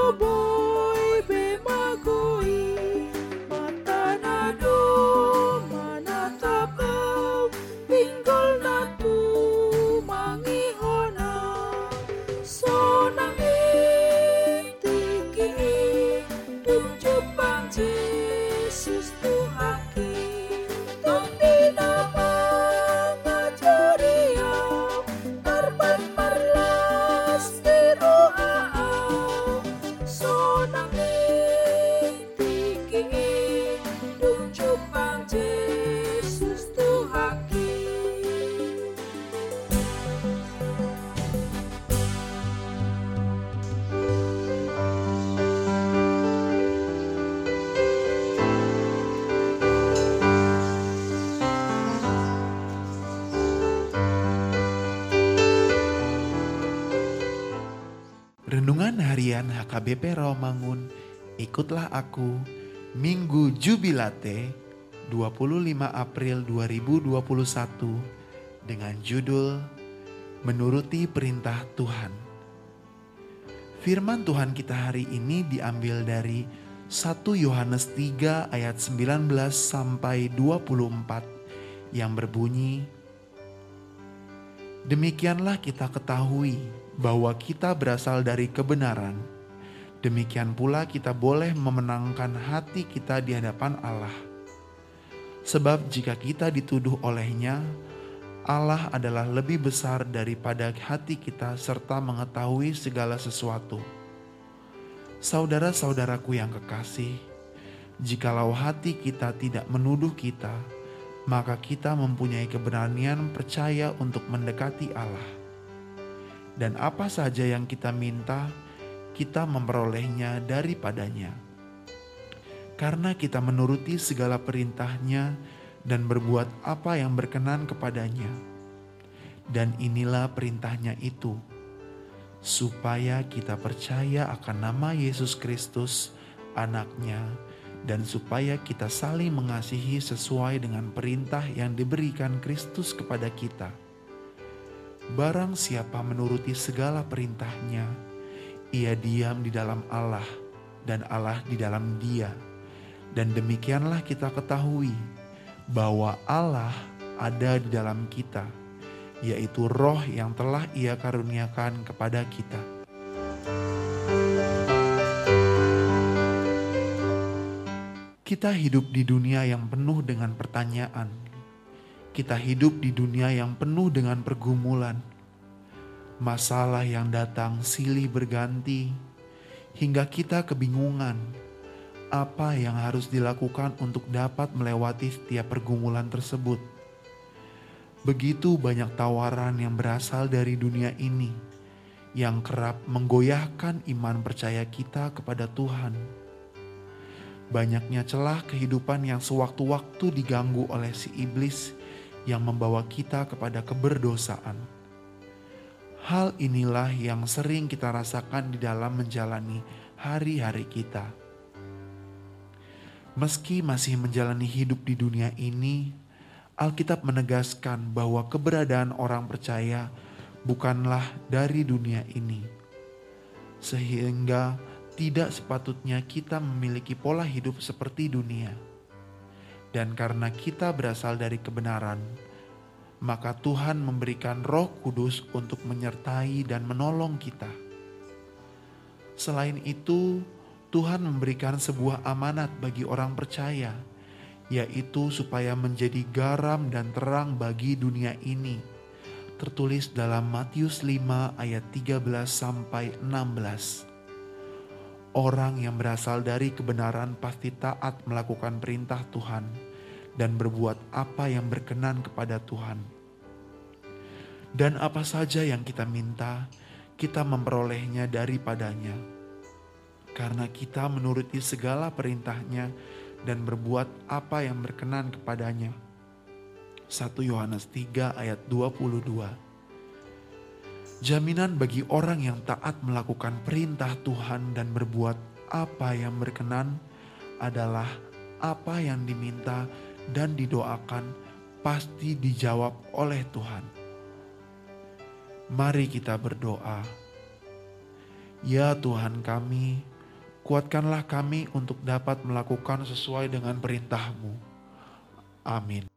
boy be magoi matanado manatapau pinggol na tu mangihona sonang tiki tunjupang Jesus Tuhaki tondi nama ngajariau karban marlas tiroaau sonang tiki tunjupang Jesus Tuhaki. Renungan Harian HKBP Rawamangun, ikutlah aku, Minggu Jubilate 25 April 2021 dengan judul Menuruti Perintah Tuhan. Firman Tuhan kita hari ini diambil dari 1 Yohanes 3 ayat 19 sampai 24 yang berbunyi, demikianlah kita ketahui bahwa kita berasal dari kebenaran. Demikian pula kita boleh memenangkan hati kita di hadapan Allah. Sebab jika kita dituduh olehnya, Allah adalah lebih besar daripada hati kita serta mengetahui segala sesuatu. Saudara-saudaraku yang kekasih, jikalau hati kita tidak menuduh kita, maka kita mempunyai keberanian percaya untuk mendekati Allah. Dan apa saja yang kita minta, kita memperolehnya daripadanya. Karena kita menuruti segala perintahnya dan berbuat apa yang berkenan kepadanya. Dan inilah perintahnya itu, supaya kita percaya akan nama Yesus Kristus, Anaknya, dan supaya kita saling mengasihi sesuai dengan perintah yang diberikan Kristus kepada kita. Barang siapa menuruti segala perintahnya, ia diam di dalam Allah dan Allah di dalam dia. Dan demikianlah kita ketahui bahwa Allah ada di dalam kita, yaitu Roh yang telah Ia karuniakan kepada kita. Kita hidup di dunia yang penuh dengan pertanyaan. Kita hidup di dunia yang penuh dengan pergumulan. Masalah yang datang silih berganti, hingga kita kebingungan apa yang harus dilakukan untuk dapat melewati setiap pergumulan tersebut. Begitu banyak tawaran yang berasal dari dunia ini, yang kerap menggoyahkan iman percaya kita kepada Tuhan. Banyaknya celah kehidupan yang sewaktu-waktu diganggu oleh si iblis yang membawa kita kepada keberdosaan. Hal inilah yang sering kita rasakan di dalam menjalani hari-hari kita. Meski masih menjalani hidup di dunia ini, Alkitab menegaskan bahwa keberadaan orang percaya bukanlah dari dunia ini. Sehingga tidak sepatutnya kita memiliki pola hidup seperti dunia. Dan karena kita berasal dari kebenaran, maka Tuhan memberikan Roh Kudus untuk menyertai dan menolong kita. Selain itu, Tuhan memberikan sebuah amanat bagi orang percaya, yaitu supaya menjadi garam dan terang bagi dunia ini. Tertulis dalam Matius 5 ayat 13 sampai 16. Orang yang berasal dari kebenaran pasti taat melakukan perintah Tuhan dan berbuat apa yang berkenan kepada Tuhan. Dan apa saja yang kita minta, kita memperolehnya daripadanya. Karena kita menuruti segala perintahnya dan berbuat apa yang berkenan kepadanya. 1 Yohanes 3 ayat 22. Jaminan bagi orang yang taat melakukan perintah Tuhan dan berbuat apa yang berkenan adalah apa yang diminta dan didoakan pasti dijawab oleh Tuhan. Mari kita berdoa. Ya Tuhan kami, Kuatkanlah kami untuk dapat melakukan sesuai dengan perintah-Mu. Amin.